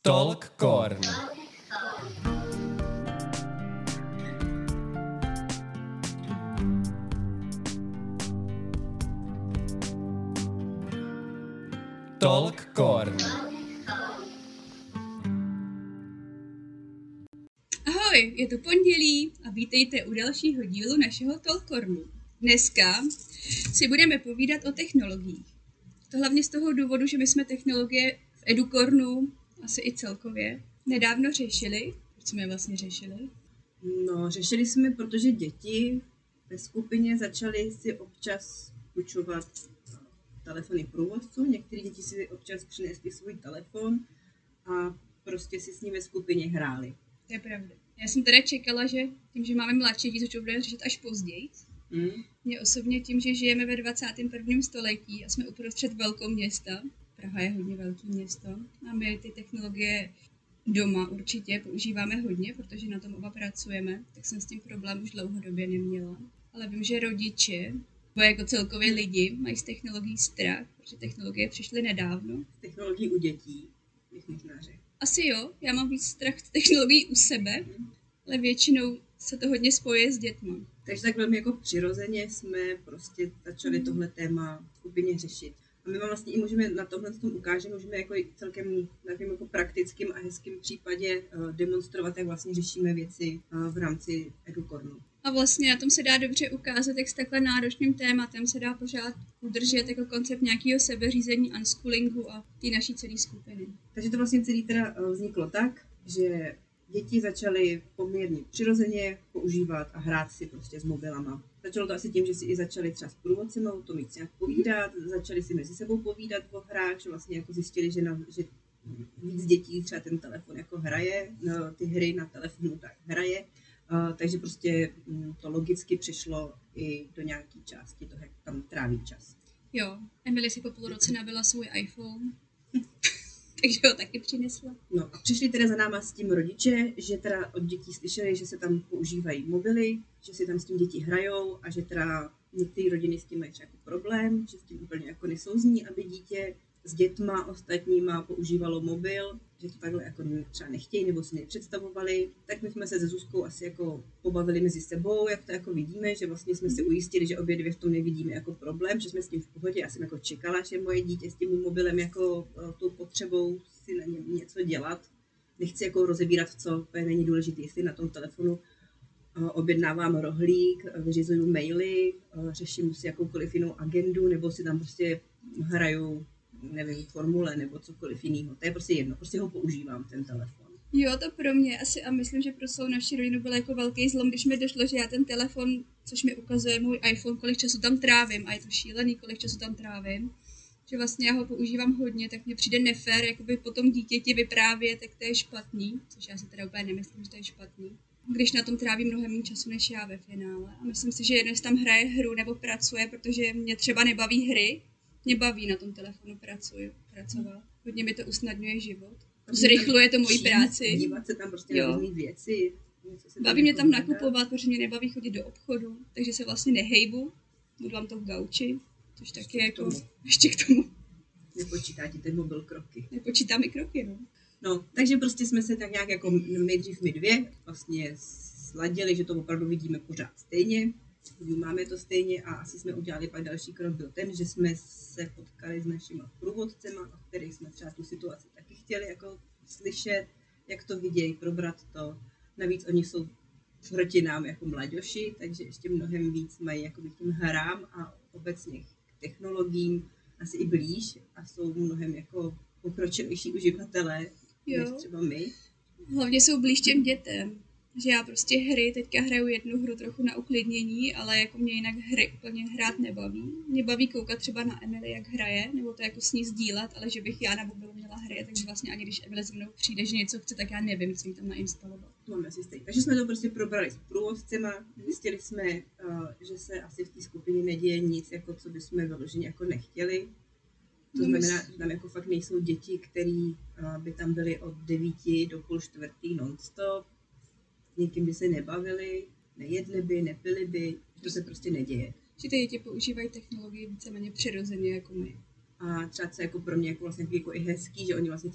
Talkcorn. Talkcorn. Ahoj, je to pondělí a vítejte u dalšího dílu našeho Talkcornu. Dneska si budeme povídat o technologiích. To hlavně z toho důvodu, že my jsme technologie v Educornu, asi i celkově, nedávno řešili. Proč jsme je vlastně řešili? No, řešili jsme, protože děti ve skupině začaly si občas půjčovat telefony průvodců. Některé děti si občas přinesly svůj telefon a prostě si s ním ve skupině hráli. To je pravda. Já jsem teda čekala, že tím, že máme mladší děti, což budeme řešit až později. Mě osobně tím, že žijeme ve 21. století a jsme uprostřed velkoměsta. Praha je hodně velké město a my ty technologie doma určitě používáme hodně, protože na tom oba pracujeme, tak jsem s tím problém už dlouhodobě neměla. Ale vím, že rodiče, nebo jako celkově lidi, mají z technologií strach, protože technologie přišly nedávno. Z technologií u dětí, bych možná řekl. Asi jo, já mám víc strach z technologií u sebe, ale většinou se to hodně spojuje s dětmi. Takže tak velmi jako přirozeně jsme prostě začali tohle téma v skupině řešit. A my vám vlastně i můžeme na tomhle ukážeme, můžeme jako celkem takovým jako praktickým a hezkým případě demonstrovat, jak vlastně řešíme věci v rámci Educornu. A vlastně na tom se dá dobře ukázat, jak s takhle náročným tématem se dá pořád udržet jako koncept nějakého sebeřízení, unschoolingu a té naší celé skupiny. Takže to vlastně celý teda vzniklo tak, že děti začaly poměrně přirozeně používat a hrát si prostě s mobilama. Začalo to asi tím, že si i začali třeba s průvodcem o tom víc nějak povídat, začali si mezi sebou povídat o hrách, že vlastně jako zjistili, že víc dětí třeba ten telefon jako hraje, ty hry na telefonu tak hraje, takže prostě to logicky přešlo i do nějaké části toho, jak tam tráví čas. Jo, Emily si po půl roce nabila svůj iPhone. Takže ho taky přinesla. No a přišli teda za náma s tím rodiče, že teda od dětí slyšeli, že se tam používají mobily, že si tam s tím děti hrajou a že teda některé rodiny s tím mají třeba jako problém, že s tím úplně jako nesouzní, aby dítě s dětma ostatníma používalo mobil, že to takhle jako třeba nechtějí nebo si nepředstavovali. Tak my jsme se se Zuzkou asi jako pobavili mezi sebou, jak to jako vidíme, že vlastně jsme se ujistili, že obě dvě v tom nevidíme jako problém, že jsme s tím v pohodě. Já jsem jako čekala, že moje dítě s tím mobilem jako tou potřebou si na něm něco dělat. Nechci jako rozebírat, co není důležité, jestli na tom telefonu objednávám rohlík, vyřizuju maily, řeším si jakoukoliv jinou agendu, nebo si tam prostě hraju, nevím, formule nebo cokoliv jiného. To je prostě jedno, prostě ho používám, ten telefon. Jo, to pro mě asi a myslím, že pro celou naši rodinu byl jako velký zlom, když mi došlo, že já ten telefon, což mi ukazuje můj iPhone, kolik času tam trávím a je to šílený, kolik času tam trávím, že vlastně já ho používám hodně, tak mně přijde nefér, jakoby potom dítěti vyprávět, tak to je špatný, což já si teda úplně nemyslím, že to je špatný, když na tom tráví mnohem méně času než já ve finále. A myslím si, že jedno, jestli tam hraje hru nebo pracuje, protože mě třeba nebaví hry, mě baví na tom telefonu pracovat. Hodně mi to usnadňuje život. Zrychluje to moji práci. Dívat se tam prostě na různé věci. Baví mě tam nakupovat, protože mě nebaví chodit do obchodu, takže se vlastně nehejbu. Budu vám to v gauči, což taky je jako ještě k tomu. Nepočítá ti ten mobil kroky. Nepočítá mi kroky, no. No, takže prostě jsme se tak nějak jako nejdřív my dvě vlastně sladili, že to opravdu vidíme pořád stejně. Vnímáme to stejně a asi jsme udělali pak další krok byl ten, že jsme se potkali s našimi průvodcema, o kterých jsme třeba tu situaci taky chtěli jako slyšet, jak to vidějí, probrat to. Navíc oni jsou proti nám jako mladěši, takže ještě mnohem víc mají jako k těm hrám a obecně k technologiím asi i blíž a jsou mnohem jako pokročilejší uživatelé než třeba my. Hlavně jsou blíž těm dětem. Že já prostě hry, teďka hraju jednu hru trochu na uklidnění, ale jako mě jinak hry úplně hrát nebaví. Mě baví koukat třeba na Emily, jak hraje, nebo to jako s ní sdílet, ale že bych já na mobilu měla hry, takže vlastně ani když Emily se mnou přijde, že něco chce, tak já nevím, co jí tam nainstalovat. Máme si stejně. Takže jsme to prostě probrali s průvodcema, zjistili jsme, že se asi v té skupině neděje nic, jako co bychom vyloženě jako nechtěli. To znamená, že tam jako fakt nejsou děti, které by tam byly od 9 do půl čtvrtý non-stop. S někým by se nebavili, nejedli by, nepili by, to se prostě neděje. Že ty děti používají technologii víceméně přirozeně jako my. A třeba co jako pro mě jako vlastně jako i hezký, že oni vlastně ty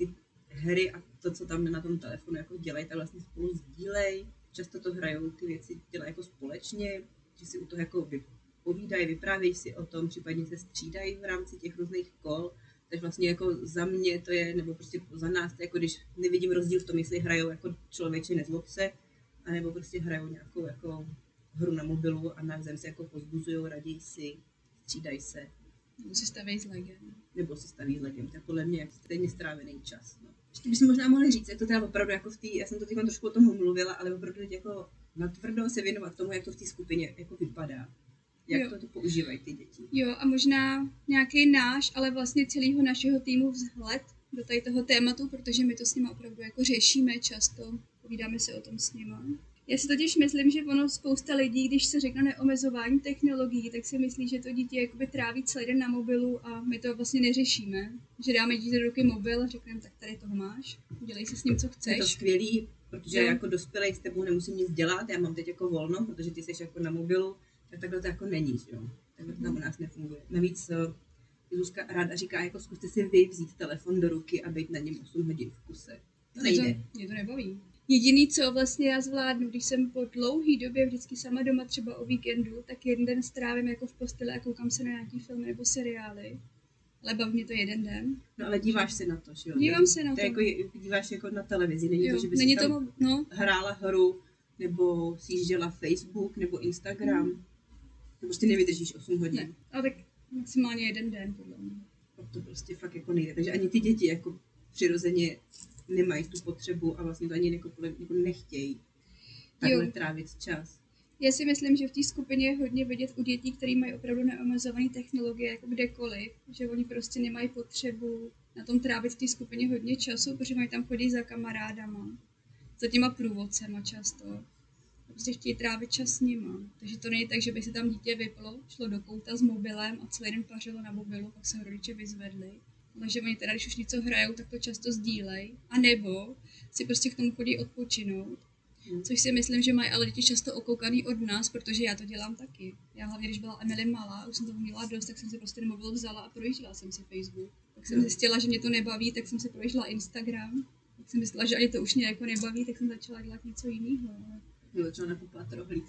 hry a to, co tam na tom telefonu jako dělají, tak vlastně spolu sdílej. Často to hrajou, ty věci dělají jako společně, že si u toho jako povídají, vyprávějí si o tom, případně se střídají v rámci těch různých kol. Takže vlastně jako za mě to je, nebo prostě za nás, to je jako když nevidím rozdíl v tom, jestli hrajou jako člověče nezlob se, anebo prostě hrajou nějakou jako hru na mobilu a navzájem se jako pozbuzují, radí si, střídají se. Nebo si staví s legem. Nebo si staví s legem, to je podle mě stejně strávený čas. No. Ještě bychom možná mohli říct, jak to teda opravdu jako v té, já jsem to teď trošku o tom mluvila, ale opravdu jako natvrdo se věnovat tomu, jak to v té skupině jako vypadá. Jak to používají ty děti. Jo, a možná nějaký náš, ale vlastně celého našeho týmu vzhled do tady toho tématu, protože my to s nimi opravdu jako řešíme často, povídáme si o tom s nimi. Já si totiž myslím, že ono spousta lidí, když se řekne neomezování technologií, tak si myslí, že to dítě jakoby tráví celý den na mobilu a my to vlastně neřešíme. Že dáme dítě do ruky mobil a řekneme, tak tady toho máš, udělej si s ním, co chceš. Je to skvělý, protože jako dospělej s tebou nemusím nic dělat, já mám teď jako volno, protože ty jsi jako na mobilu, tak takhle to jako není, jo. Takhle to tam u nás nefunguje. Navíc Zuzka ráda říká, jako zkuste si vy vzít telefon do ruky a být na něm 8 hodin v kuse. To nejde. Mě to nebaví. Jediný, co vlastně já zvládnu, když jsem po dlouhý době vždycky sama doma třeba o víkendu, tak jeden den strávím jako v posteli a koukám se na nějaký filmy nebo seriály. Ale baví mě to jeden den. No ale díváš se na to, že jo? Dívám se na to. Jako díváš jako na televizi, není to, že bys tam hrála hru, nebo si jížděla Facebook, nebo Instagram. To prostě nevydržíš 8 hodin. Ne, ale tak maximálně jeden den, podle mě. To prostě fakt jako nejde. Takže ani ty děti jako přirozeně nemají tu potřebu a vlastně to ani jako nechtějí takhle trávit čas. Já si myslím, že v té skupině je hodně vidět u dětí, které mají opravdu neomezované technologie, jako kdekoliv, že oni prostě nemají potřebu na tom trávit v té skupině hodně času, protože mají tam chodit za kamarádama, za těma průvodcema často. Prostě chtějí trávit čas s nima. Takže to není tak, že by se tam dítě vyplo, šlo do kouta s mobilem a celý den pařilo na mobilu, pak se ho rodiče vyzvedli. Ale že oni teda, když už něco hrajou, tak to často sdílej. A nebo si prostě k tomu chodí odpočinout. Což si myslím, že mají ale děti často okoukaný od nás, protože já to dělám taky. Já hlavně, když byla Emily malá, už jsem toho měla dost, tak jsem si prostě ten mobil vzala a projížděla jsem si Facebook. Tak jsem zjistila, že mě to nebaví, tak jsem si projížděla Instagram. Tak jsem myslela, že ani to už mě jako nebaví, tak jsem začala dělat něco jiného. Začala nakupovat rohlík.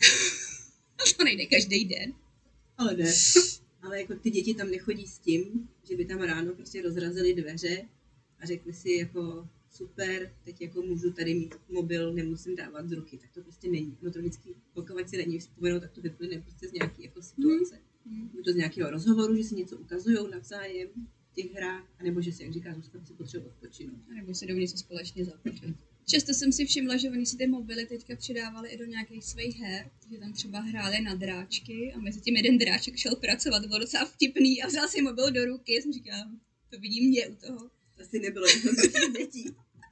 A to nejde každý den. Ale ne. Ale jako ty děti tam nechodí s tím, že by tam ráno prostě rozrazili dveře a řekli si jako super, teď jako můžu tady mít mobil, nemusím dávat z ruky, tak to prostě není. No to vždycky, pokud si není vzpomenout, tak to vyplyne prostě z nějaké jako situace. Buď to z nějakého rozhovoru, že si něco ukazujou navzájem v těch hrách, anebo že si, jak říká Zuzka, si potřebují odpočinout. A nebo se jdou něco společně zapařit. Často jsem si všimla, že oni si ty mobily teďka přidávali i do nějakých svých her, že tam třeba hráli na dráčky a mezi tím jeden dráček šel pracovat, to bylo docela vtipný a vzal si mobil do ruky, já jsem říkala, to vidí mě u toho. To asi nebylo jedno dětí.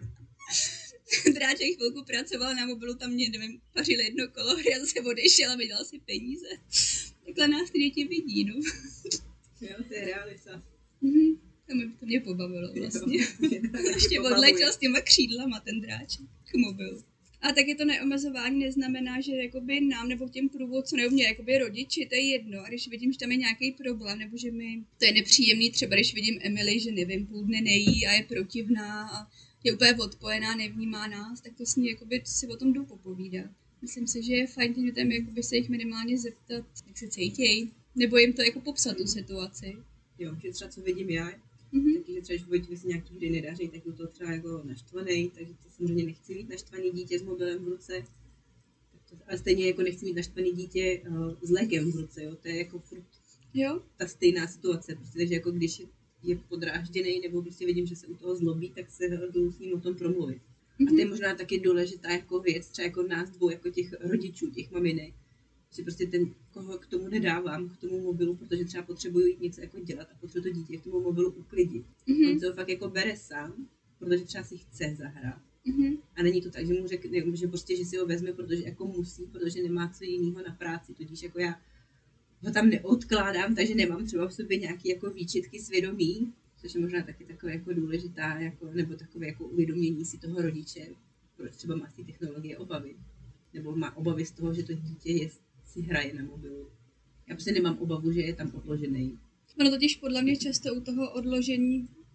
Dráček chvilku pracoval na mobilu, tam mě, nevím, pařil jedno kolo, já zase odešel a vydělal si peníze. Takhle nás ty děti vidí, no. Jo, to je realita. To mě pobavilo vlastně. Ještě odletěl s těma křídlama ten dráček k mobilu. A taky to neomezování neznamená, že jakoby nám nebo těm průvodcům nebo mě jakoby rodiči, to je jedno. A když vidím, že tam je nějaký problém, nebo že mi to je nepříjemný, třeba když vidím Emily, že nevím, půl dne nejí a je protivná a je úplně odpojená, nevnímá nás, tak to s ní jakoby si o tom jdu popovídat. Myslím si, že je fajn těm dětem jakoby se jich minimálně zeptat, jak se cítějí, nebo jim to jako popsat tu situaci. Jo, že třeba co vidím já, taky, že třeba když Vojtovi se nějaký hry nedaří, tak je to třeba jako naštvaný, takže to samozřejmě nechci mít naštvaný dítě s mobilem v ruce. Ale stejně jako nechci mít naštvaný dítě s lékem v ruce, jo, to je jako furt ta stejná situace, prostě, takže jako když je podrážděný nebo prostě vidím, že se u toho zlobí, tak se jdu s ním o tom promluvit. A to je možná taky důležitá jako věc, třeba jako nás dvou, jako těch rodičů, těch maminek, že prostě ten, koho k tomu nedávám, k tomu mobilu, protože třeba potřebuju jít něco jako dělat a potřebuji to dítě k tomu mobilu uklidit. On to fakt jako bere sám, protože třeba si chce zahrát. A není to tak, že mu řekne, že prostě, že si ho vezme, protože jako musí, protože nemá co jiného na práci, tudíž jako já ho tam neodkládám, takže nemám třeba v sobě nějaké jako výčitky svědomí, což je možná taky takové jako důležitá, jako, nebo takové jako uvědomění si toho rodiče, proč třeba má z té technologie obavy. Nebo má obavy z toho, že to dítě si hraje na mobilu. Já prostě nemám obavu, že je tam odložený. Ono totiž podle mě často u toho odložení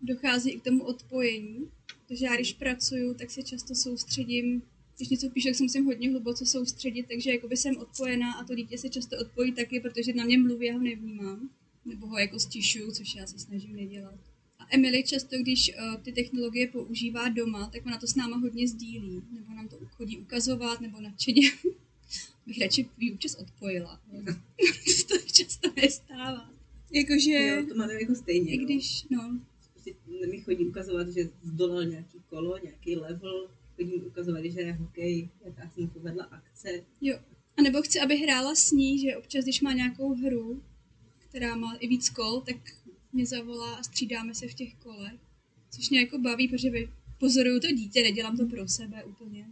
dochází i k tomu odpojení. Takže já když pracuju, tak se často soustředím, když něco píšu, tak se musím hodně hluboce soustředit, takže jakoby jsem odpojená a to dítě se často odpojí taky, protože na mě mluví, já ho nevnímám. Nebo ho jako stišuju, což já se snažím nedělat. A Emily často, když ty technologie používá doma, tak ona to s náma hodně sdílí. Nebo nám to chodí ukazovat, nebo nadšeně. Bych radši občas odpojila. To často nestává. Jakože... Jo, to máme jako stejně, i když, no. Prostě mi chodí ukazovat, že zdolal nějaký kolo, nějaký level, chodí mi ukazovat, že je hokej, jaká jsem povedla akce. Jo. A nebo chci, aby hrála s ní, že občas, když má nějakou hru, která má i víc kol, tak mě zavolá a střídáme se v těch kolech. Což mě jako baví, protože pozoruju to dítě, nedělám to pro sebe úplně.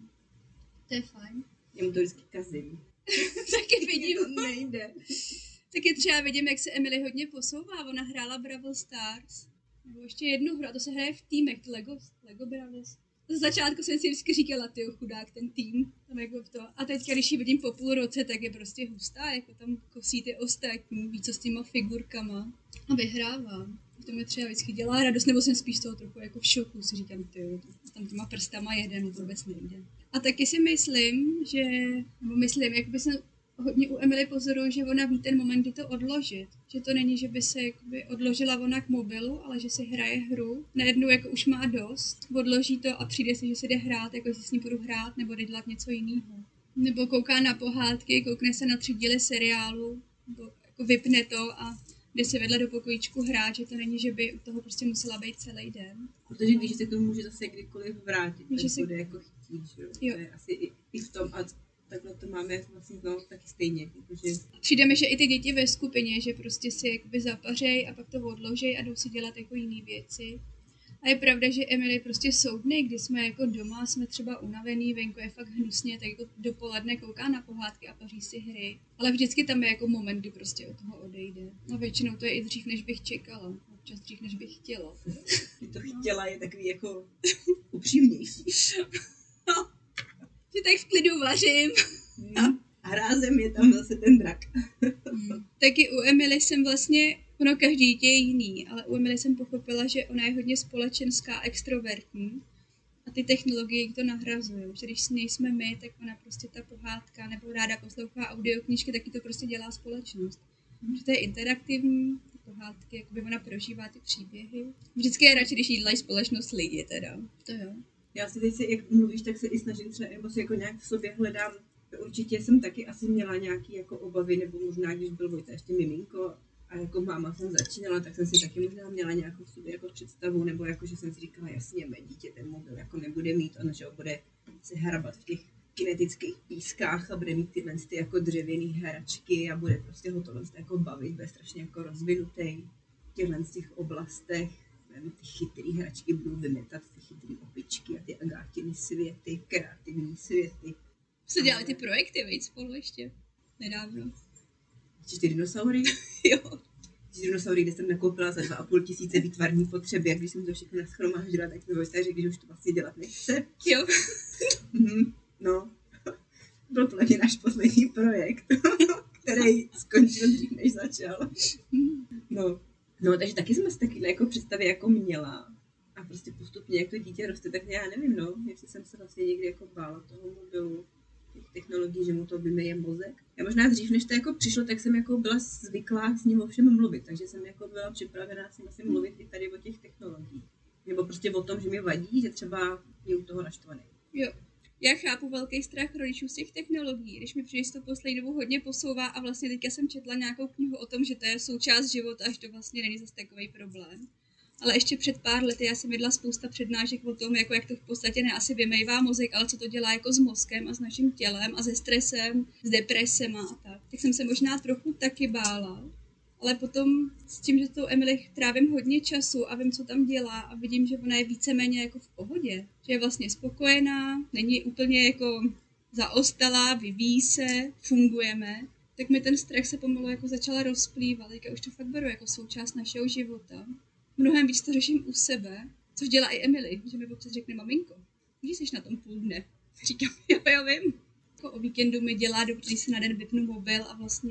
To je fajn. Já mu to vždycky kazím. Taky vidím. To nejde. Taky třeba vidím, jak se Emily hodně posouvá. Ona hrála Brawl Stars. Nebo ještě jednu hru, a to se hraje v týmech. Lego Brawl. Z začátku jsem si vždycky říkala, tyjo, chudák ten tým. Tam jako v to. A teďka, když ji vidím po půl roce, tak je prostě hustá. Jako tam kosí ty ostatní, ví co s těma figurkama. A vyhrává. To mi třeba vždycky dělá radost, nebo jsem spíš toho trochu jako v šoku. Si říkám, tyjo, tam těma prstama jeden, to vůbec nejde. A taky si myslím, jakoby jsem hodně u Emily pozoruju, že ona ví ten moment, kdy to odložit. Že to není, že by se jakoby odložila ona k mobilu, ale že si hraje hru. Najednou jako už má dost, odloží to a přijde si, že si jde hrát, jako že s ní budu hrát, nebo jde dělat něco jiného. Nebo kouká na pohádky, koukne se na 3 díly seriálu, nebo jako vypne to a jde se vedle do pokojíčku hrát, že to není, že by u toho prostě musela být celý den. Protože víš, že se k tomu může zase kdykoliv vrátit, tak bude jako chtít, že jo. To je asi i v tom, a takhle to máme vlastně taky stejně. Protože... Přijde mi, že i ty děti ve skupině, že prostě si jakoby zapařej a pak to odložej a jdou si dělat jako jiné věci. A je pravda, že Emily prostě jsou dny, kdy jsme jako doma, jsme třeba unavený, venku je fakt hnusně, tak jako dopoledne kouká na pohádky a paří si hry. Ale vždycky tam je jako moment, kdy prostě od toho odejde. A většinou to je i dřív, než bych čekala. Občas dřív, než bych chtěla. Ty to chtěla je takový jako upřímnější. No, že tak v klidu vařím. A rázem je tam zase ten drak. Taky u Emily jsem vlastně, ono každý dítě je jiný, ale u Emily jsem pochopila, že ona je hodně společenská, extrovertní a ty technologie to nahrazují. Že když s ní jsme my, tak ona prostě ta pohádka nebo ráda poslouchá audioknížky, taky to prostě dělá společnost. Že to je interaktivní, ty pohádky, jakoby ona prožívá ty příběhy. Vždycky je radši, když jí dělají společnost lidi teda. To jo. Já si teď, jak mluvíš, tak se i snažím třeba, nebo si jako nějak v sobě hledám. Určitě jsem taky asi měla nějaký jako obavy, nebo možná, když byl Vojta ještě miminko a jako máma jsem začínala, tak jsem si taky možná měla nějakou v sobě jako představu, nebo jako, že jsem si říkala, jasně, mé dítě ten mobil jako nebude mít, ono, že bude se hrabat v těch kinetických pískách a bude mít tyhle ty jako dřevěný hračky a bude prostě ho tohle jako bavit, bude strašně jako rozvinutý v těchhle těch oblastech. Ty chytrý hračky budou vymetat ty chytrý opičky a ty Agátiny světy, kreativní světy. Se dělali ty projekty, veď, spolu ještě nedávno. Ty dinosaury? Jo. Ty dinosaury, kde jsem nakoupila za 2,5 tisíce výtvarní potřeby, a když jsem to všechno nashromáždila, tak mi Vojta řekl, že už to vlastně dělat nechce. Jo. No. Byl to mě náš poslední projekt, který skončil dřív, než začal. No, takže taky jsem si takovýhle jako představy jako měla. A prostě postupně, jak to dítě roste, tak já nevím, jestli jsem se vlastně někdy jako bála toho mobilu, těch technologií, že mu to vymeje mozek. Já možná dřív, než to jako přišlo, tak jsem jako byla zvyklá s ním o všem mluvit, takže jsem jako byla připravená s ním asi mluvit i tady o těch technologiích. Nebo prostě o tom, že mi vadí, že třeba je u toho naštvaný. Jo. Já chápu velký strach rodičů z těch technologií, když mi přijde, že to poslední dobu hodně posouvá a vlastně teďka jsem četla nějakou knihu o tom, že to je součást života, až to vlastně není zase takový problém. Ale ještě před pár lety já jsem vedla spousta přednášek o tom, jako jak to v podstatě ne asi vymejvá mozek, ale co to dělá jako s mozkem a s naším tělem a se stresem, s depresema a tak. Tak jsem se možná trochu taky bála, ale potom s tím, že tou Emily trávím hodně času a vím, co tam dělá a vidím, že ona je víceméně jako v pohodě, že je vlastně spokojená, není úplně jako zaostalá, vyvíjí se, fungujeme, tak mi ten strach se pomalu jako začala rozplývat, teďka už to fakt beru jako součást našeho života. Mnohem víc to řeším u sebe, což dělá i Emily, že mi občas řekne, maminko, když jsi na tom půl dne. Říkám, jo, vím. Jako o víkendu mi dělá dobře, když si na den vypnu mobil a vlastně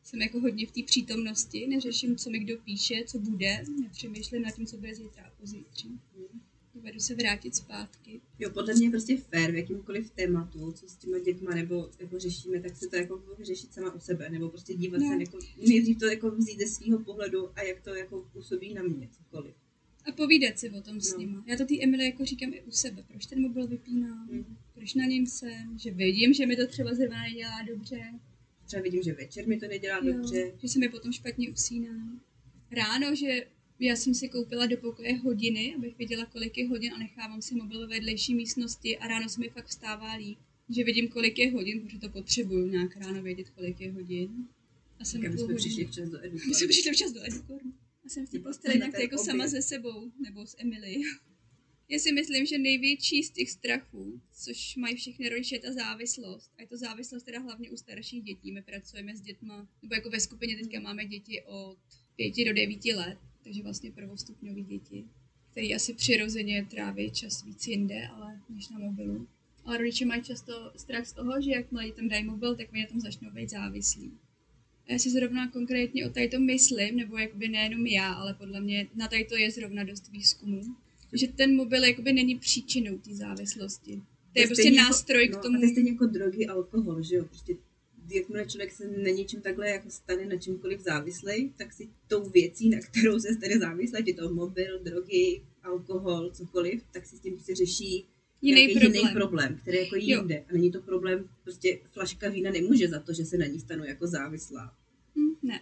jsem jako hodně v té přítomnosti, neřeším, co mi kdo píše, co bude, nepřemýšlím nad tím, co bude zítra a pozítří. Dovedu se vrátit zpátky. Jo, podle mě je prostě fér v jakýmkoliv tématu, co s těma dětma nebo jako řešíme, tak se to jako vyřešit sama u sebe, nebo prostě dívat se jako, nejdřív to jako vzít ze svého pohledu a jak to jako působí na mě, cokoliv. A povídat si o tom s nima. Já to té Emily jako říkám i u sebe, proč ten mobil vypínám, proč na něm jsem, že vidím, že mi to třeba zrovna nedělá dobře. Třeba vidím, že večer mi to nedělá dobře. Že se mi potom špatně usíná. Ráno, že já jsem si koupila do pokoje hodiny, abych věděla, kolik je hodin a nechávám si mobil ve vedlejší místnosti a ráno se mi fakt vstává líp. Že vidím, kolik je hodin, protože to potřebuju nějak ráno vědět, kolik je hodin. A jsem my jsme přišli včas do Edukornu. My jsme přišli včas do Edukornu. A jsem v té posteli nějak jako sama se sebou, nebo s Emily. Já si myslím, že největší z těch strachů, což mají všechny rodiče, je ta závislost. A je to závislost teda hlavně u starších dětí. My pracujeme s dětma, nebo jako ve skupině teďka máme děti od 5 do 9 let, takže vlastně prvostupňové děti, který asi přirozeně tráví čas víc jinde, ale než na mobilu. Ale rodiče mají často strach z toho, že jakmile tam dají mobil, tak oni na tom začnou být závislí. A já si zrovna konkrétně o tady to myslím, nebo jakoby nejenom já, ale podle mě na tady to je zrovna dost výzkumů, že ten mobil jakoby není příčinou té závislosti. To je prostě nástroj k tomu. A to je stejně jako drogy, alkohol, že jo? Prostě jakmile člověk se na něčem takhle jako stane na čemkoliv závislej, tak si tou věcí, na kterou se stane závislý, je to mobil, drogy, alkohol, cokoliv, tak si s tím prostě řeší jiný problém, který je jako jinde. A není to problém, prostě flaška vína nemůže za to, že se na ní stanu jako závislá. Ne.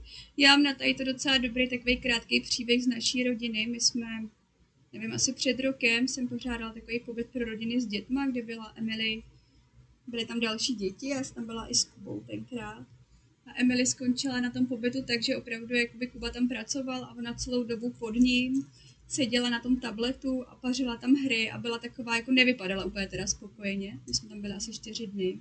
Já mám na tady to docela dobrý takový krátký příběh z naší rodiny. My jsme, nevím, asi před rokem jsem pořádala takový pobyt pro rodiny s dětma, kde byla Emily, byly tam další děti, já jsem tam byla i s Kubou tenkrát. A Emily skončila na tom pobytu tak, že opravdu jakoby Kuba tam pracoval a ona celou dobu pod ním seděla na tom tabletu a pařila tam hry a byla taková, jako nevypadala úplně teda spokojeně. My jsme tam byli asi 4 dny.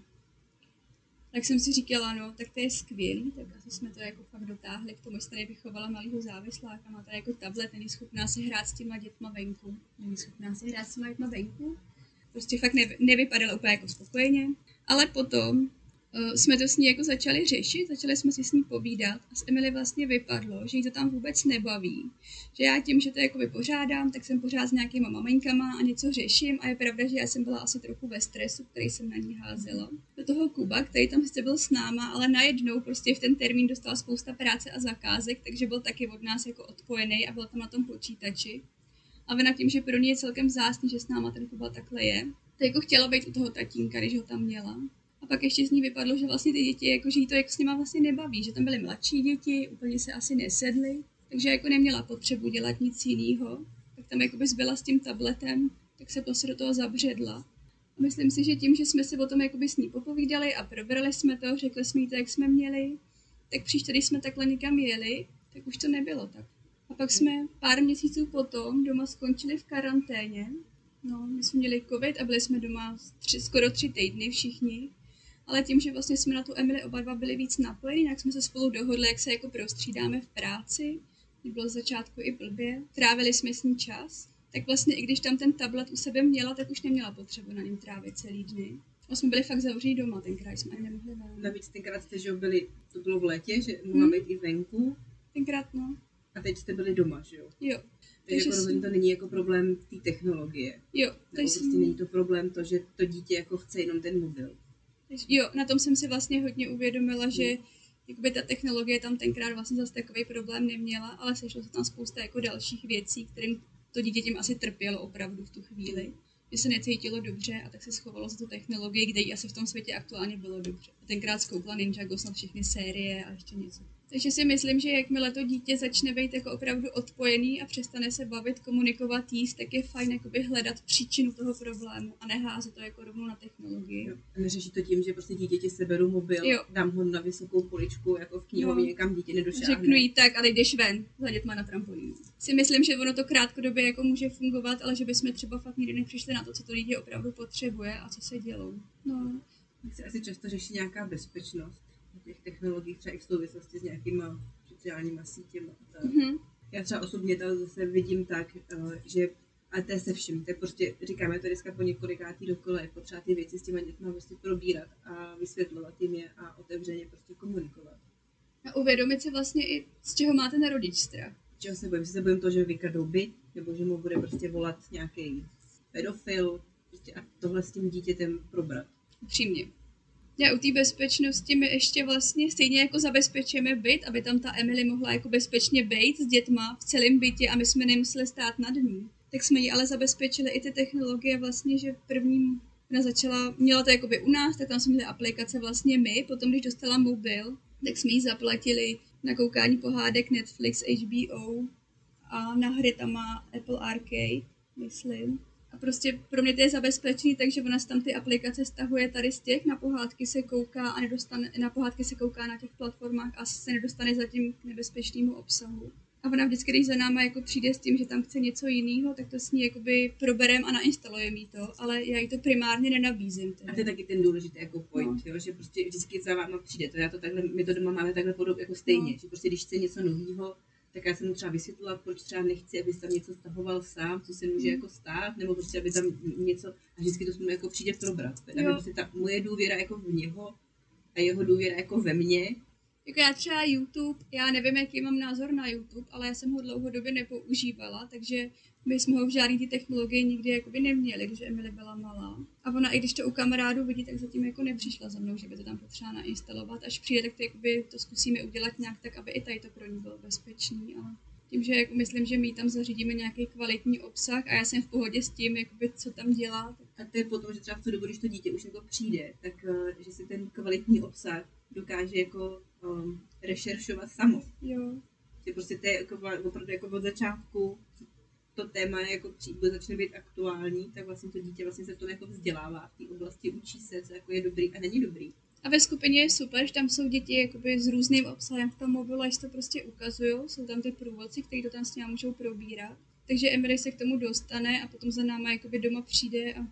Tak jsem si říkala, no, tak to je skvělý, tak asi jsme to jako fakt dotáhli k tomu, že tady vychovala malýho závisláka, má tady jako tablet, není schopná si hrát s těma dětma venku. Prostě fakt nevypadala úplně jako spokojeně. Ale potom jsme to s ní jako začali řešit, začali jsme si s ní povídat a s Emily vlastně vypadlo, že jí to tam vůbec nebaví. Že já tím, že to jako vypořádám, tak jsem pořád s nějakýma maminkama a něco řeším a je pravda, že já jsem byla asi trochu ve stresu, který jsem na ní házela. Do toho Kuba, který tam sice byl s náma, ale najednou prostě v ten termín dostal spousta práce a zakázek, takže byl taky od nás jako odpojený a byl tam na tom počítači. A ona tím, že pro ní je celkem vzácný, že s náma ten Kuba takhle je, tak jako chtěla být u toho tatínka, když ho tam měla. A pak ještě z ní vypadlo, že vlastně ty děti, jako, že jí to jako s nima vlastně nebaví, že tam byly mladší děti, úplně se asi nesedly, takže jako neměla potřebu dělat nic jiného. Tak tam jakoby zbyla s tím tabletem, tak se prostě do toho zabředla. A myslím si, že tím, že jsme si o tom jakoby s ní popovídali a probrali jsme to, řekli jsme jí to, jak jsme měli, tak příště, když jsme takhle někam jeli, tak už to nebylo tak. A pak jsme pár měsíců potom doma skončili v karanténě. No, my jsme měli covid a byli jsme doma skoro 3 týdny všichni. Ale tím, že vlastně jsme na tu Emily oba dva byli víc napojení, tak jsme se spolu dohodli, jak se jako prostřídáme v práci. Bylo z začátku i blbě. Trávili jsme s ní čas. Tak vlastně i když tam ten tablet u sebe měla, tak už neměla potřebu na něm trávit celý dny. A jsme byli fakt zavření doma, tenkrát jsme ani nemohli ven. Navíc tenkrát jste, že byli, to bylo v létě, že mohla být i venku. Tenkrát no. A teď jste byli doma, že jo? Jo. Takže jako rozhodně to není jako problém té technologie. Jo. Nebo prostě není to problém to, že to dítě jako chce jenom ten mobil. Jo, na tom jsem si vlastně hodně uvědomila, že jakoby ta technologie tam tenkrát vlastně zase takový problém neměla, ale sešlo se tam spousta jako dalších věcí, kterým to dítě tím asi trpělo opravdu v tu chvíli. Že se necítilo dobře a tak se schovalo za tu technologii, kde jí asi v tom světě aktuálně bylo dobře. A tenkrát zkoupila Ninjago snad všechny série a ještě něco. Takže si myslím, že jakmile to dítě začne být jako opravdu odpojený a přestane se bavit, komunikovat, jíst, tak je fajn jakoby hledat příčinu toho problému a neházet to jako rovnou na technologii. Jo. A neřeší to tím, že prostě dítěti seberu mobil, dám ho na vysokou poličku, jako v knihovně, někam dítě nedošáhne. Řeknu jí tak, ale jdeš ven za dětma na trampolínu. Si myslím, že ono to krátkodobě jako může fungovat, ale že bychom třeba fakt nikdy nepřišli na to, co to dítě opravdu potřebuje a co se dělou. No. Se asi často řeší nějaká bezpečnost těch technologií, třeba i v souvislosti s nějakýma sociálníma sítěma. Já třeba osobně to zase vidím tak, že a to je se vším, to je prostě, říkáme to dneska po několikátý dokola, je potřeba ty věci s těma dětma prostě probírat a vysvětlovat jim je a otevřeně prostě komunikovat. A uvědomit si vlastně i, z čeho má ten rodič strach. Čeho se bojím? Se bojím toho, že vykradou byt, nebo že mu bude prostě volat nějaký pedofil, prostě a tohle s tím dítětem probrat. Upřímně. Já u té bezpečnosti my ještě vlastně stejně jako zabezpečíme byt, aby tam ta Emily mohla jako bezpečně být s dětma v celém bytě a my jsme nemuseli stát nad ní. Tak jsme jí ale zabezpečili i ty technologie vlastně, že prvním ona začala, měla to jakoby u nás, tak tam jsme měli aplikace vlastně my, potom když dostala mobil, tak jsme jí zaplatili na koukání pohádek Netflix, HBO a na hry tam má Apple Arcade, myslím. A prostě pro mě to je zabezpečený, takže ona si tam ty aplikace stahuje tady z těch, na pohádky se kouká a nedostane, na pohádky se kouká na těch platformách a se nedostane zatím k nebezpečnému obsahu. A ona vždycky, když za náma jako přijde s tím, že tam chce něco jiného, tak to s ní jakoby proberem a nainstalujeme jí to, ale já jí to primárně nenabízím. Teda. A to je taky ten důležitý jako point, jo, že prostě vždycky za váma přijde, to já to takhle, my to doma máme takhle podobně jako stejně, že prostě když chce něco nového, tak já jsem mu třeba vysvětlila, proč třeba nechci, aby tam něco stahoval sám, co se může jako stát, nebo prostě aby tam něco, a vždycky to s ním jako přijde probrat. Aby prostě ta moje důvěra jako v něho a jeho důvěra jako ve mně. Jako já třeba YouTube, já nevím, jaký mám názor na YouTube, ale já jsem ho dlouhodobě nepoužívala, takže my jsme ho v žádný ty technologie nikdy jakoby neměli, když Emily byla malá. A ona, i když to u kamarádu vidí, tak zatím jako nepřišla za mnou, že by to tam potřeba nainstalovat. Až přijde, tak to, jakoby, to zkusíme udělat nějak tak, aby i tady to pro ní bylo bezpečný. A tím, že jako myslím, že my tam zařídíme nějaký kvalitní obsah a já jsem v pohodě s tím, jakoby, co tam dělá. A to je potom, že třeba v tu dobu, když to dítě už jako přijde, tak že si ten kvalitní obsah dokáže jako rešeršovat samo. Jo. Že prostě to je jako, opravdu jako od začátku to téma jako začne být aktuální, tak vlastně to dítě vlastně se v tom jako vzdělává v té oblasti, učí se, co jako je dobrý a není dobrý. A ve skupině je super, že tam jsou děti jakoby s různým obsahem v tom mobilu, až to prostě ukazují, jsou tam ty průvodci, kteří to tam s ním můžou probírat. Takže Emily se k tomu dostane a potom za náma jakoby doma přijde a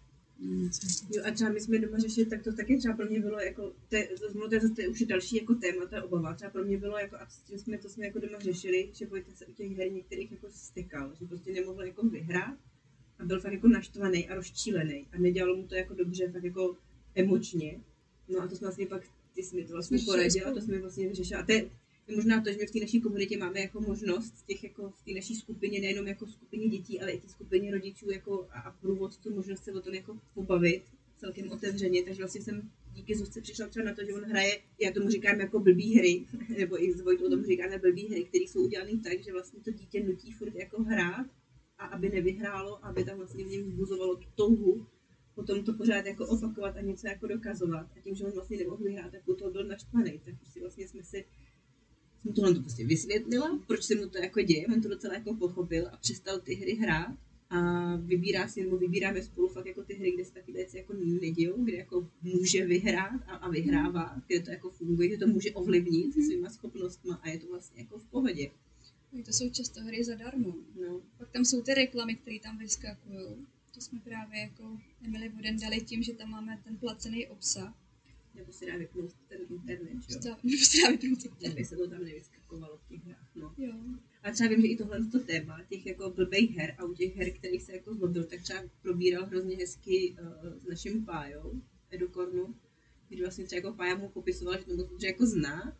Jo, a třeba my jsme doma řešili, tak to taky třeba pro mě bylo jako, to je už další jako téma, ta obava, třeba pro mě bylo jako, a to jsme jako doma řešili, že Vojta se u těch her některých jako stekal, že prostě nemohl jako vyhrát a byl fakt jako naštvaný a rozčílený a nedělalo mu to jako dobře, fakt jako emočně. No a to jsme vlastně pak, ty jsi mi to vlastně poradila, to jsme vlastně vyřešili. A to je možná to, že my v té naší komunitě máme jako možnost těch jako v té naší skupině, nejenom jako skupině dětí, ale i té skupině rodičů jako a průvodců možnost se o tom jako pobavit celkem otevřeně, takže vlastně jsem díky Zuzce přišla třeba na to, že on hraje, já tomu říkám jako blbý hry, nebo i s Vojtou tomu říkáme blbý hry, které jsou udělané tak, že vlastně to dítě nutí furt jako hrát a aby nevyhrálo, aby tam vlastně v něm vzbuzovalo tu touhu potom to pořád jako opakovat a něco jako dokazovat. A tím, že on vlastně nemohl vyhrát, tak u toho byl naštvaný, tak prostě vlastně jsem tohle to prostě vysvětlila, proč se mu to jako děje, on to docela jako pochopil a přestal ty hry hrát a vybíráme spolu fakt jako ty hry, kde se taky věci jako nedějou, kde jako může vyhrát a vyhrává, kde to jako funguje, že to může ovlivnit svýma schopnostma a je to vlastně jako v pohodě. To jsou často hry zadarmo. No. Pak tam jsou ty reklamy, které tam vyskakují. To jsme právě jako Emily Woden dali tím, že tam máme ten placený obsah. Nebo si dá vypnout ten internet, jo? Nebo si dá vypnout internet. Aby se to tam nevyskakovalo v těch hrách, no. Jo. A třeba vím, že i tohle téma, těch jako blbých her a u těch her, kterých se jako zlobil, tak třeba probíral hrozně hezky s naším Pájou, Edukornu, kdy vlastně třeba jako Pája mu popisoval, že to moc dobře jako zná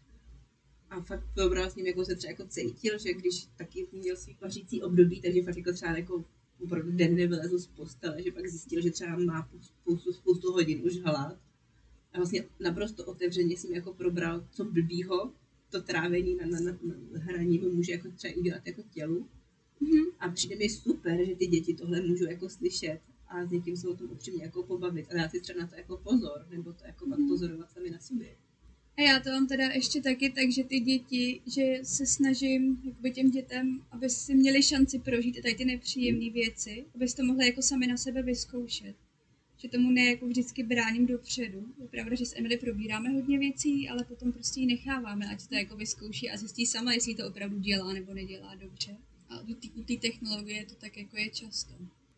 a fakt probral s ním, jako se třeba jako cítil, že když taky měl svý pařící období, takže fakt jako třeba jako opravdu den nevylezl z postele, že pak zjistil, že třeba má spoustu hodin už hlad. A vlastně naprosto otevřeně jsem jako probral, co blbýho to trávení na hraní může jako třeba udělat jako tělu. Mm-hmm. A přijde mi super, že ty děti tohle můžou jako slyšet a s někým se o tom upřímně jako pobavit a dát si třeba na to jako pozor, nebo to jako pak pozorovat sami na sobě. A já to mám teda ještě taky, takže ty děti, že se snažím jakoby těm dětem, aby si měli šanci prožít tady ty nepříjemné věci, aby si to mohli jako sami na sebe vyzkoušet. Že tomu ne jako vždycky bráním dopředu. Je pravda, že s Emily probíráme hodně věcí, ale potom prostě ji necháváme, ať to jako vyzkouší a zjistí sama, jestli to opravdu dělá nebo nedělá dobře. A u té technologie to tak jako je často.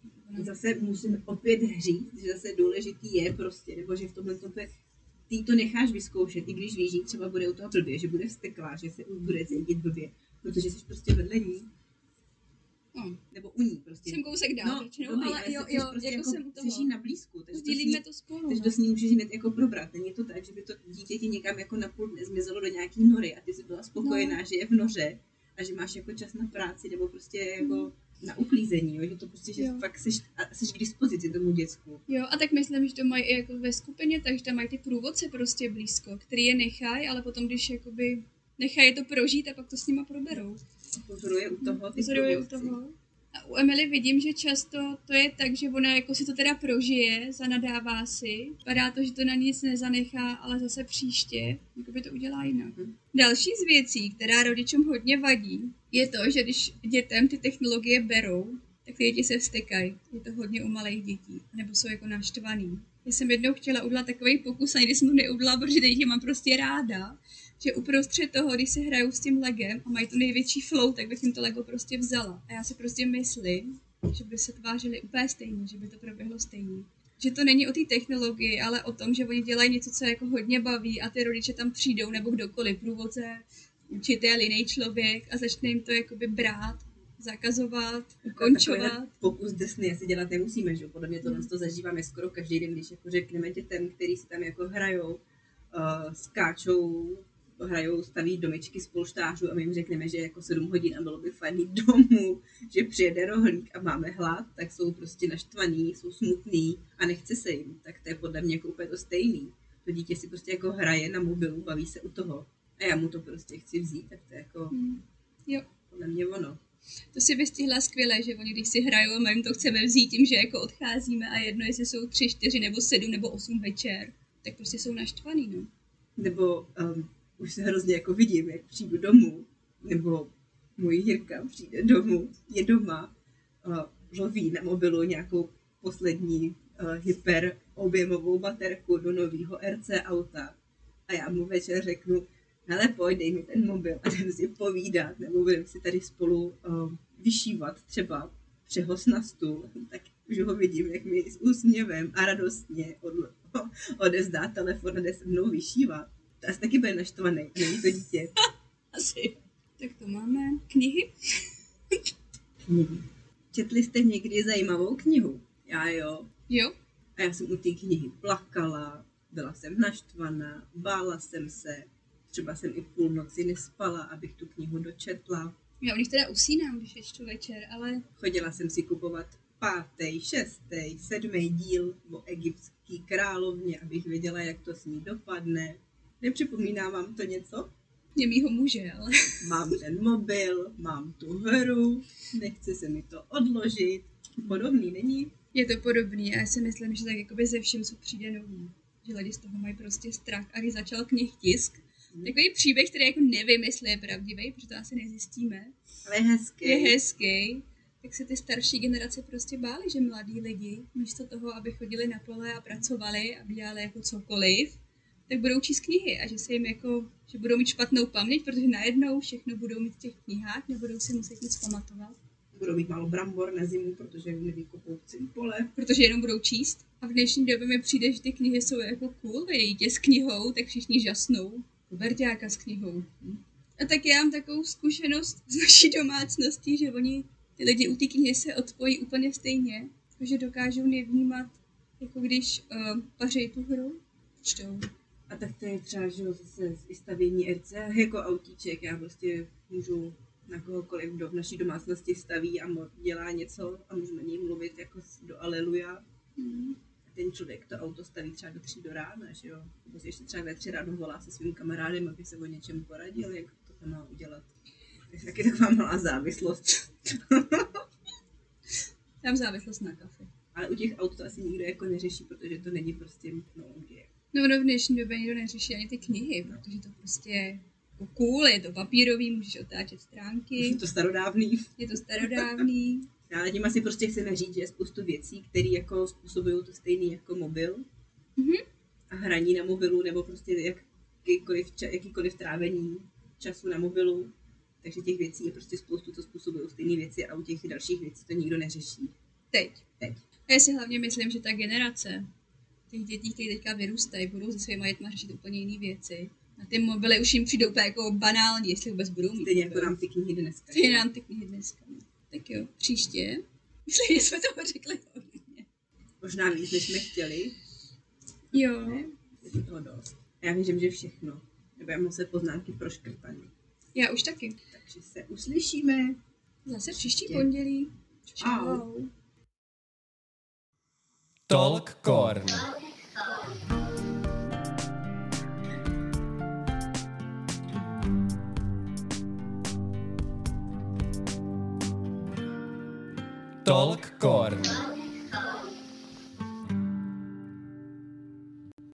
Zase musím opět říct, že zase důležitý je prostě, nebo že v tomhle ty to necháš vyzkoušet, i když víš, že třeba bude u toho blbě, že bude vzteklá, že se bude cítit blbě, protože jsi prostě vedle ní. No. Nebo u ní prostě. Jsem kousek dál řečeno, dobrý, ale jo, prostě jako jsem u toho. Chceš jí na blízku, Sdílíme to spolu. takže to s ní můžeš hned jako probrat. Není to tak, že by to dítě ti někam jako na půl dne zmizelo do nějaký nory a ty jsi byla spokojená, že je v noře a že máš jako čas na práci nebo prostě jako na uklízení, jo? Že to prostě, že fakt jsi k dispozici tomu děcku. Jo, a tak myslím, že to mají i jako ve skupině, takže tam mají ty průvodce prostě blízko, který je nechají, ale potom, když jakoby nechají to prožít a pak to s nima proberou. Pozoruje u toho ty Pozoruje u toho. A u Emily vidím, že často to je tak, že ona jako si to teda prožije, zanadává si. Padá to, že to na nic nezanechá, ale zase příště jakoby to udělá jinak. Další z věcí, která rodičům hodně vadí, je to, že když dětem ty technologie berou, tak ty děti se vztekají. Je to hodně u malých dětí, nebo jsou jako naštvaný. Já jsem jednou chtěla udělat takový pokus a nikdy jsem to neudělala, protože děti mám prostě ráda, že uprostřed toho, když si hrajou s tím legem a mají to největší flow, tak bych jim to lego prostě vzala. A já si prostě myslím, že by se tvářili úplně stejně, že by to proběhlo stejně. Že to není o té technologii, ale o tom, že oni dělají něco, co jako hodně baví a ty rodiče tam přijdou, nebo kdokoliv, průvodce, učitel, jiný člověk a začne jim to jakoby brát, zakazovat, ukončovat. Pokus desny asi dělat nemusíme, že? Podle mě to zažíváme skoro každý den, když jako řekneme dětem, který si tam jako hrajou, skáčou, staví domečky z polštářů a my jim řekneme, že jako 7 hodin a bylo by fajn jít domů, že přijede rohlík a máme hlad, tak jsou prostě naštvaní, jsou smutný a nechce se jim. Tak to je podle mě jako úplně to stejný. To dítě si prostě jako hraje na mobilu, baví se u toho a já mu to prostě chci vzít, tak to je jako jo. podle mě ono. To si vystihla skvěle, že oni když si hrajou a my jim to chceme vzít tím, že jako odcházíme a jedno, jestli jsou 3, 4 nebo 7 nebo 8 večer, tak prostě jsou naštvaný, no. Nebo už se hrozně jako vidím, jak přijdu domů, nebo můj Jirka přijde domů, je doma, loví na mobilu nějakou poslední hyperobjemovou baterku do nového RC auta a já mu večer řeknu, hele pojď, dej mi ten mobil a jdem si povídat, nebo budeme si tady spolu vyšívat třeba přehoz na stůl, tak už ho vidím, jak mi s úsměvem a radostně odezdá telefon a jde se mnou vyšívat. To asi taky bude naštvaný, není to dítě. Asi. Tak to máme. Knihy? Knihy. Četli jste někdy zajímavou knihu? Já jo. Jo. A já jsem u té knihy plakala, byla jsem naštvaná, bála jsem se, třeba jsem i půl noci nespala, abych tu knihu dočetla. Já u nich teda usínám, když je čtu večer, ale... Chodila jsem si kupovat 5., 6., 7. díl o egyptský královně, abych věděla, jak to s ní dopadne. Nepřipomíná vám to něco? Je mýho muže, ale... Mám ten mobil, mám tu hru, nechce se mi to odložit. Podobný není? Je to podobný a já si myslím, že tak jakoby ze všem, co přijde nový. Že lidi z toho mají prostě strach. A když začal knihtisk, takový příběh, který jako nevím, jestli je pravdivý, protože to asi nezjistíme. Ale je hezký. Tak se ty starší generace prostě bály, že mladí lidi, místo toho, aby chodili na pole a pracovali a dělali jako cokoliv, tak budou číst knihy a že se jim jako, že budou mít špatnou paměť, protože najednou všechno budou mít v těch knihách, nebudou si muset nic pamatovat. Budou mít málo brambor na zimu, protože nevykopou pole. Protože jenom budou číst. A v dnešní době mi přijde, že ty knihy jsou jako cool, dítě s knihou, tak všichni žasnou. Berťáka s knihou. A tak já mám takovou zkušenost z naší domácnosti, že oni, ty lidi u té knihy se odpojí úplně stejně, že dokážou nevnímat, jako když pařejí tu hru, čtou. A tak to je třeba, že zase i stavění RC jako autíček. Já prostě můžu na kohokoliv, kdo v naší domácnosti staví a dělá něco a můžu na něj mluvit jako do aleluja. A ten člověk to auto staví třeba do 3 do rána, že jo? Nebo si ještě třeba ve 3 ráno volá se svým kamarádem, aby se o něčem poradil, jak to tam má udělat. To je taky taková malá závislost. Tam závislost na kafe. Ale u těch aut to asi nikdo jako neřeší, protože to není prostě technologie. No v dnešní době nikdo neřeší ani ty knihy, protože to prostě je cool, je to papírový, můžeš otáčet stránky. Je to starodávný. Je to starodávný. Ale tím asi prostě chceme říct, že je spoustu věcí, které jako způsobují to stejný jako mobil. A hraní na mobilu, nebo prostě jakýkoliv trávení času na mobilu. Takže těch věcí je prostě spoustu, co způsobují stejné věci a u těch dalších věcí to nikdo neřeší. Teď. A já si hlavně myslím, že ta generace těch dětí, které teďka vyrůstají, budou se svýma dětma řešit úplně jiné věci. A ty mobily už jim přijdou úplně jako banální, jestli vůbec budou mít. Stejně jako nám ty knihy dneska. Tak Tak jo, příště. Myslím, že jsme toho řekli hodně. Možná víc, než jsme chtěli. Jo. Ne, je toho dost. Já věřím, že všechno. Nebo já mám se poznámky proškrtaný. Já už taky. Takže se uslyšíme. Zase příští pondělí. Čau. Talk Corn. Talk Corn.